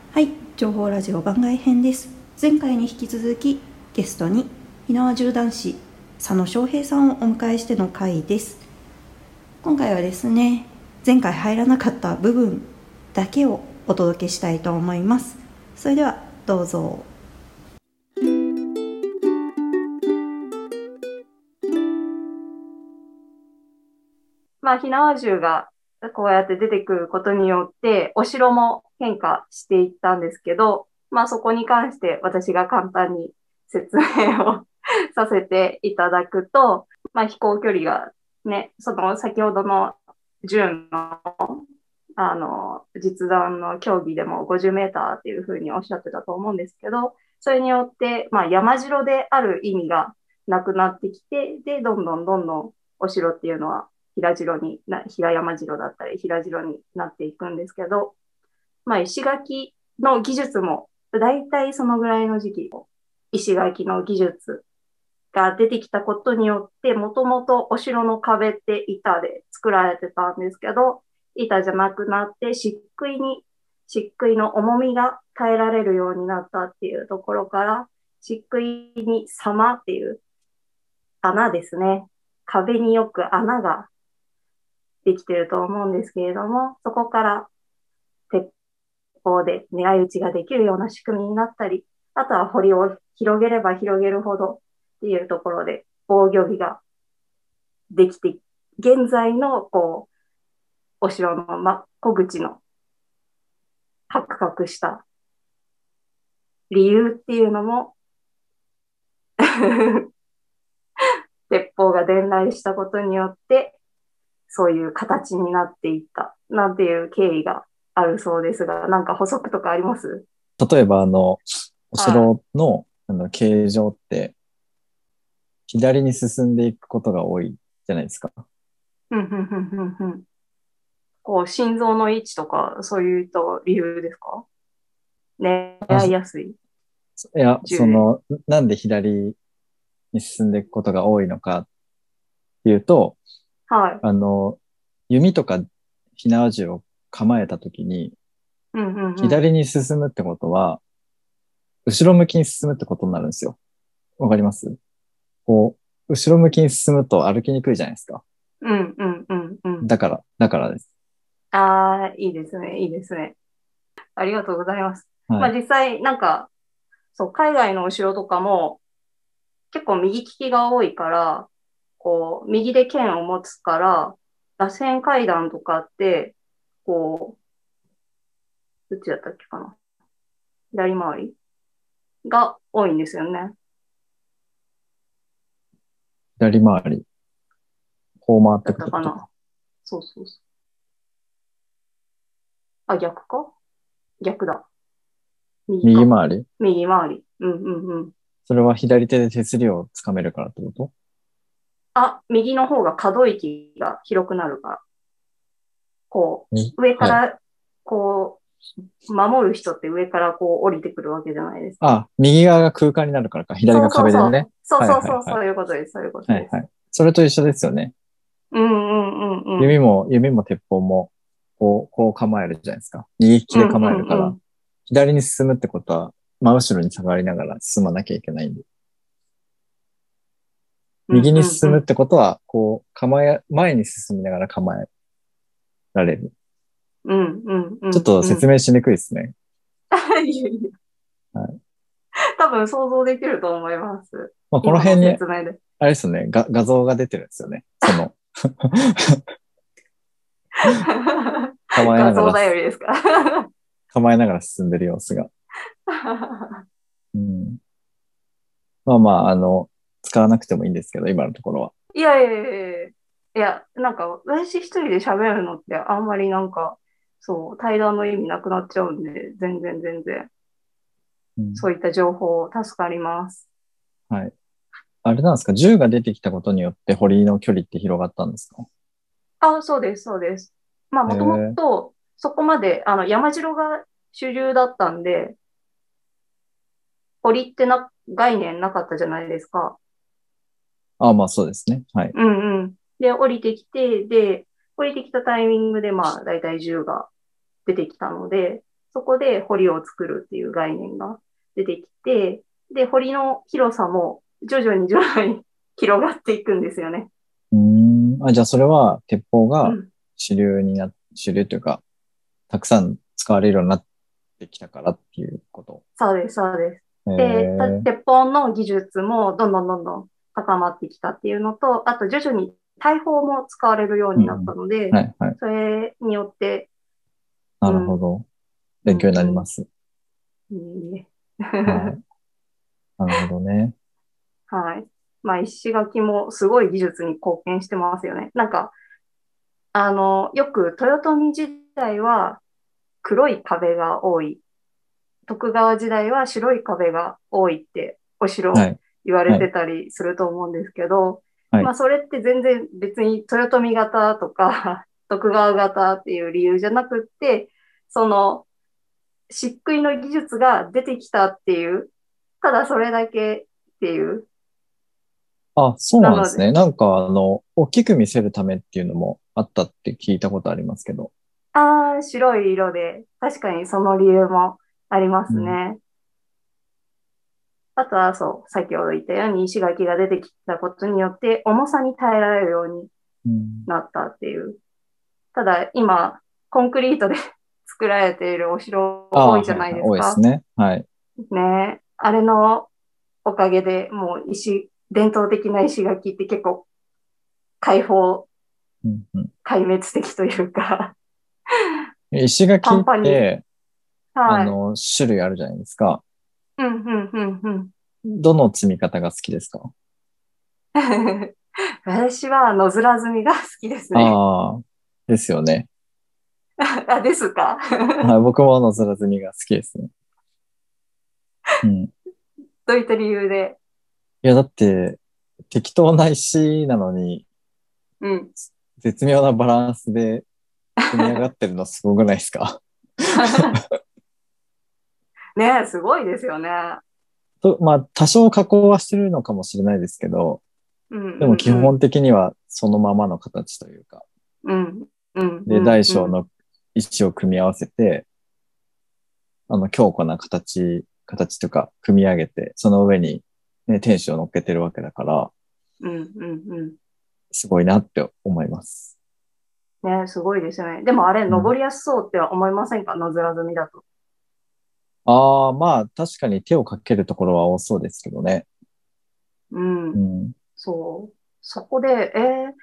はい、情報ラジオ番外編です。前回に引き続きゲストに火縄銃男子佐野翔平さんをお迎えしての回です。今回はですね、前回入らなかった部分だけをお届けしたいと思います。それではどうぞ。火縄銃がこうやって出てくることによってお城も変化していったんですけど、そこに関して私が簡単に説明をさせていただくと、飛行距離がね、その先ほどの銃の実弾の競技でも50メーターっていうふうにおっしゃってたと思うんですけど、それによって、山城である意味がなくなってきて、で、どんどんお城っていうのは平山城だったり平城になっていくんですけど、石垣の技術もだいたいそのぐらいの時期、石垣の技術が出てきたことによって、もともとお城の壁って板で作られてたんですけど、板じゃなくなって漆喰の重みが耐えられるようになったっていうところから、漆喰に様っていう穴ですね。壁によく穴ができてると思うんですけれども、そこから鉄砲で狙い撃ちができるような仕組みになったり、あとは堀を広げれば広げるほどっていうところで防御壁ができて、現在のお城の小口のカクカクした理由っていうのも鉄砲が伝来したことによってそういう形になっていったなんていう経緯があるそうですが、なんか補足とかあります？ 例えばおは城の、形状って、左に進んでいくことが多いじゃないですか。 い。心臓の位置とか、そういう理由ですか？ あ、 狙いやすいいや、 銃で。 なんで左に進んでいくことが多いのかっていうと、 はい。 あの、弓とか火縄銃を構えたときに、 うんうんうん。 左に進むってことは、後ろ向きに進むってことになるんですよ。わかります？後ろ向きに進むと歩きにくいじゃないですか。 うんうんうんうん。 だからです。 ああ、いいですね、いいですね。ありがとうございます。 はい。 実際、そう、海外のお城とかも結構右利きが多いから、右で剣を持つから、螺旋階段とかって、どっちだったっけかな。左回りが多いんですよね。 左回り。こう回っだていくったかな。 ってことか。 そうそうそう。あ、逆か。逆だ。右か。 右回り。 右回り。うんうんうん。 それは左手で手すりをつかめるからってこと？ あ、右の方が可動域が広くなるから。上かはい。 ら、守る人って上から降りてくるわけじゃないですか。 あ、右側が空間になるからか。左がそうそう壁でね。 そう。そうはいそうそう、 はいはい。 そういうことです。そういうことです。 はいはい。それと一緒ですよね。 うんうんうんうん。 弓も鉄砲も、こう構えるじゃないですか。右利きでうんう構えるから、 んうん。 左に進むってことは、真後ろに下がりながら進まなきゃいけないんで。 うん右にうんうん。 進むってことは、前に進みながら構えられる。 うんうんうちょっとんうん。 説明しにくいですね。 いやいや、 はい。 多分想像できると思います。 この今の辺に、 説明で。 あれですよね、画像が出てるんですよね。構えながら、 画像頼りですか？ 構えながら進んでる様子が。うん、まあまあ、使わなくてもいいんですけど、今のところは。 いやいやいやいや。いや、私一人で喋るのってあんまりそう、対談の意味なくなっちゃうんで、全然全然、 うん、 そういった情報助かります。 はい。あれなんですか、銃が出てきたことによって堀の距離って広がったんですか？ あ、そうです、そうです。もともへえ。 と、そこまで、山城が主流だったんで、堀って概念なかったじゃないですか。 あ、まあそうですね。はい。 うんうん。で、降りてきたタイミングで、だいたい銃が出てきたので、 そこで堀を作るっていう概念が出てきて、で、堀の広さも徐々に徐々に広がっていくんですよね。 あ、じゃあそれは鉄砲がうん。 主流というか、たくさん使われるようになってきたからっていうこと。 そうです、そうです。 えで、 ー、 鉄砲の技術もどんどんどんどん高まってきたっていうのと、あと徐々に大砲も使われるようになっうんうん。 たので、 はい、はい。 それによって、 なうん、 るほど。 う勉強になりん、 ます。 うん、いいえ。 はい。なるほどね。 はい。まあ、石垣もすごい技術に貢献してますよね。なんか、よく豊臣時代は黒い壁が多い。徳川時代は白い壁が多いってお城はい。 言われはい。 てたりすると思うんですけど、 はい。 まあそれって全然別に豊臣方とか徳川方っていう理由じゃなくって、その漆喰の技術が出てきたっていう、ただそれだけっていう。 あ、そうなので、 なんですね。大きく見せるためっていうのもあったって聞いたことありますけど。 ああ、白い色で、確かにその理由もありまうん。 すね。あとはそう、先ほど言ったように石垣が出てきたことによって重さに耐えられるようにうん。 なったっていう。ただ今、コンクリートで作られているお城ああ、 多いじゃないはいはい。 ですか。 多いですね。はい。 ね。あれのおかげでもう伝統的な石垣って結構開放、 うんうん。 壊滅的というか石垣っパンパンに。 て、 はい。 種類あるじゃないですか。 うん、うん、うん、うん。 どの積み方が好きですか？ 私は野面積みが好きですね。 ああー、ですよね。 あ、ですか？ はい、僕も野空積みが好きですね。うん。いどういった理由で？ や、だって、適当な石なのに、 うん。 絶妙なバランスで組み上がってるのすごくないですか？ ねえ、すごいですよね。 まあ、多少加工はしてるのかもしれないですけど、 うん、 でもうん、 基本的にはそのままの形というか、 うん。うん、うで、 ん、うん。 大小の石を組み合わせて、強固な形というか、組み上げて、その上に、ね、天使を乗っけてるわけだから、 うん、うん、うん。 すごいなって思います。 ねえ、すごいですよね。でもあれ、 うん。 登りやすそうって思いませんか？野面積みだと。 ああ、まあ、確かに手をかけるところは多そうですけどね。 うん。 うん。 そう。そこで、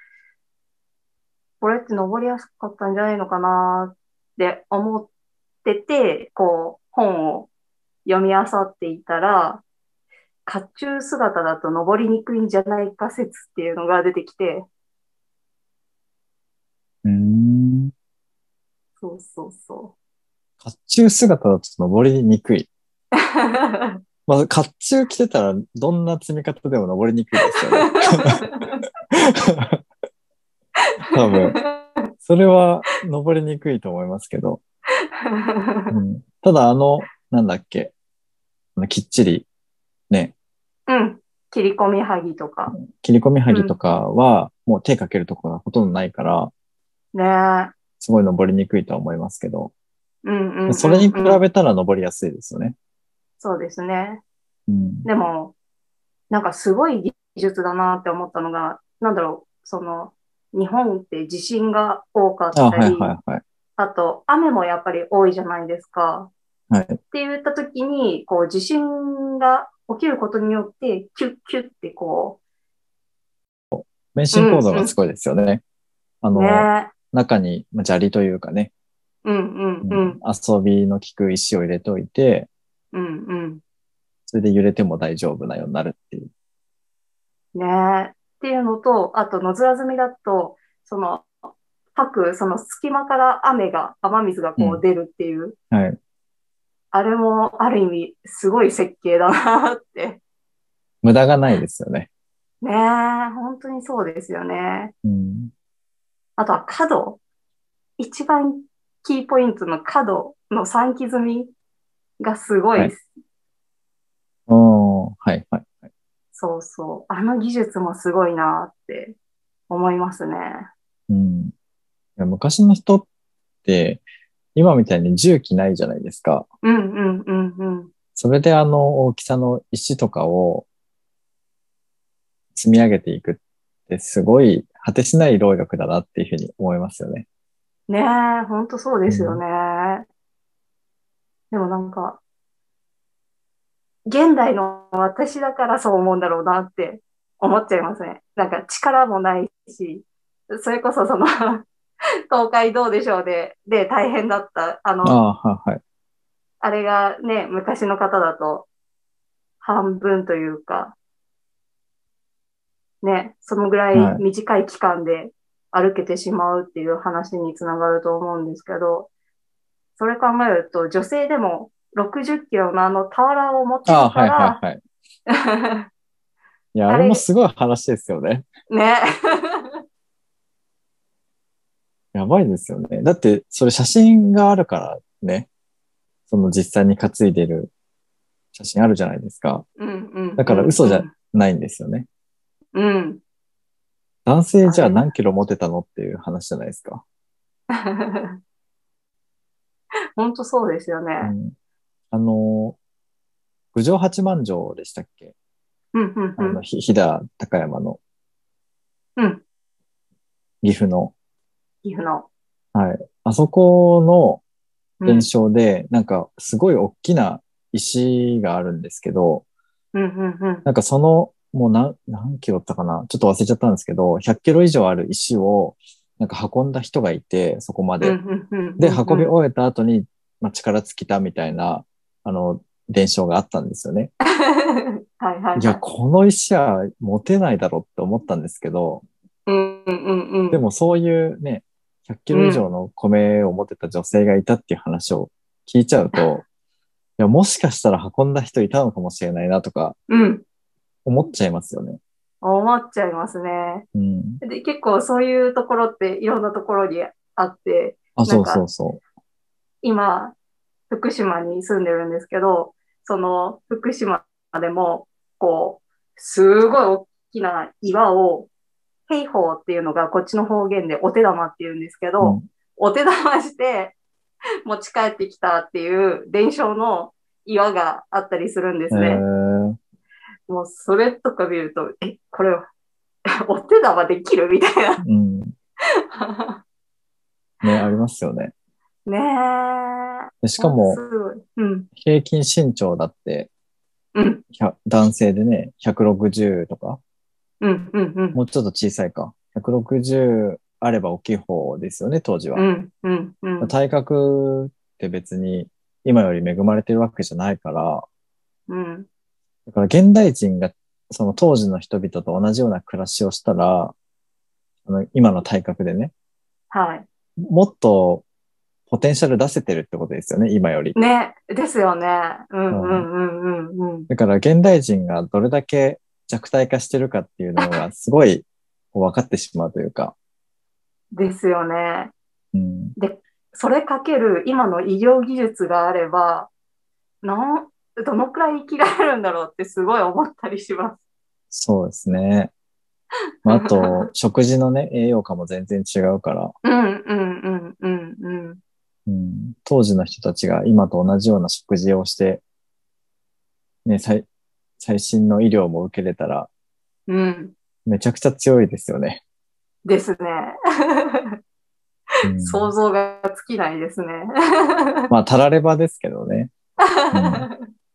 これって登りやすかったんじゃないのかなって思ってて、こう、本を読み漁っていたら、甲冑姿だと登りにくいんじゃないか説っていうのが出てきて、 うーん。 そうそうそ甲冑姿だと登りにくい。 う。 まあ、甲冑着てたらどんな積み方でも登りにくいですよね。多分。それは登りにくいと思いますけど。うん。ただなんだっけ。きっちりね、 うん。切り込みはぎとか。 切り込みはぎとうん。 かはもう手かけるところがほとんどないから、 ねえ。 すごい登りにくいとは思いますけど、 うんうんうそれに比んうん。 べたら登りやすいですよね。 そうですね。 うん。 でも、なんかすごい技術だなって思ったのが、なんだろう、日本って地震が多かっあ、はいはたり、 いはい。 あと、雨もやっぱり多いじゃないですか。 はい。 って言った時に、こう、地震が起きることによって、キュッキュッってこ免う、う震構んうん、 造がすごいですよね。 ねえ、 中に砂利というかね、 うんうんうん、 うん、 遊びの効く石を入れておいて、 うんうん、 それで揺れても大丈夫なようになるっていう。 ねえ。っていうのと、あと、野面積みだと、その、その隙間から雨水がうん。 こう出るっていう、 はい。 あれもある意味すごい設計だなって。 無駄がないですよね。 ねえ、本当にそうですよね。 うん。 あとは一番キーポイントの角の三刻みがすごい、 はい。おー、はいはいはい。 そうそう、あの技術もすごいなって思いますね。 うん。いや昔の人って、 今みたいに重機ないじゃないですか。 うんうんうんうん。 それで大きさの石とかを積み上げていくってすごい果てしない労力だなっていうふうに思いますよね。 ねえ、ほんとそうですようん。 ね。でもなんか、現代の私だからそう思うんだろうなって思っちゃいますね。なんか力もないし、それこそその東海どうでしょうで大変だった。 ああ、はいはい。 あれがね、昔の方だと半分というか、ね、そのぐらいはい。 短い期間で歩けてしまうっていう話につながると思うんですけど、それ考えると女性でも60キロの俵を持てああ、 るはいはいから、 はい。いや、あれもあれ、 すごい話ですよね。 ね。 やばいですよね。だって、それ写真があるからね。その実際に担いでる写真あるじゃないですか。 うんうんうだから嘘じゃんうん。 ないんですよね。 うん。 男性じゃああれな。 何キロ持てたのっていう話じゃないですか。 本当そうですよね。 うん。あの、郡上八幡城でしたっけ？ うんうんうん。 飛騨高山のうん。 岐阜の。 岐阜の。 はい。あそこの伝うん。 承で、なんかすごい大きな石があるんですけど、 うんうんうん。 なんかもう何キロだったかなちょっと忘れちゃったんですけど、100キロ以上ある石を、なんか運んだ人がいて、そこまうんで。 うんで、 うんうん。 運び終えた後に、まあ、力尽きたみたいな、伝承があったんですよね。 はいはいいや、 はい。 この石は持てないだろうって思ったんですけど、 うんうんうん。 でもそういうね、100キうん。 ロ以上の米を持ってた女性がいたっていう話を聞いちゃうと、いや、もしかしたら運んだ人いたのかもしれないなとかうん。 思っちゃいますよね。 思っちゃいますね。 うん。 で、結構そういうところっていろんなところにあって、 あ、そうそうなんかそ今、福島に住んでるんですけど、その福島でも、こう、すごい大きな岩を、兵法っていうのがこっちの方言でお手玉っていうんですけう。うど、 ん。 お手玉して持ち帰ってきたっていう伝承の岩があったりするんでえすね。 ー、 もうそれとか見ると、これお手玉できるみたいな。 うん。ね、ありますよね。 ねえ。 でしかほんとすも、 ごい。うん。 平均身長だって、 うん。 男性でね、160とか、 うん。うん。うん。 もうちょっと小さいか。160あれば大きい方ですよね、当時は。 うん。うん。うん。 体格って別に今より恵まれてるわけじゃないから、 うん。 だから現代人がその当時の人々と同じような暮らしをしたら、今の体格でね、 はい。 もっとポテンシャル出せてるってことですよね、今より。 ね。ですよね。うん。ううん。 ん。うん。うん。うん。 だから現代人がどれだけ弱体化してるかっていうのがすごいこう分かってしまうというか。 ですよね。 うん。 で、それかける今の医療技術があれば、どのくらい生きられるんだろうってすごい思ったりします。 そうですね。まあ、あと、食事のね、栄養価も全然違うから、 うん。うん。うん。うん。うん。 うん、当時の人たちが今と同じような食事をして、ね、最新の医療も受けれたら、 うん。 めちゃくちゃ強いですよね。 ですね。 う想ん。 像が尽きないですね。 まあ、たらればですけどね。うん。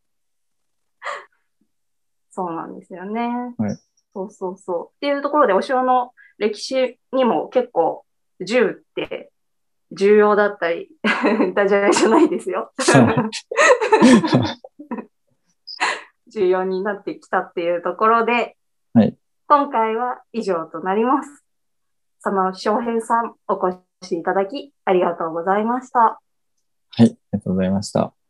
そうなんですよね。 はい。 そうそうそう。っていうところで、お城の歴史にも結構、銃って重要だったり、ダジャレじゃないですよ。 はい。 重要になってきたっていうところで、 はい。 今回は以上となります。その翔平さんお越しいただきありがとうございました。 はい。ありがとうございました。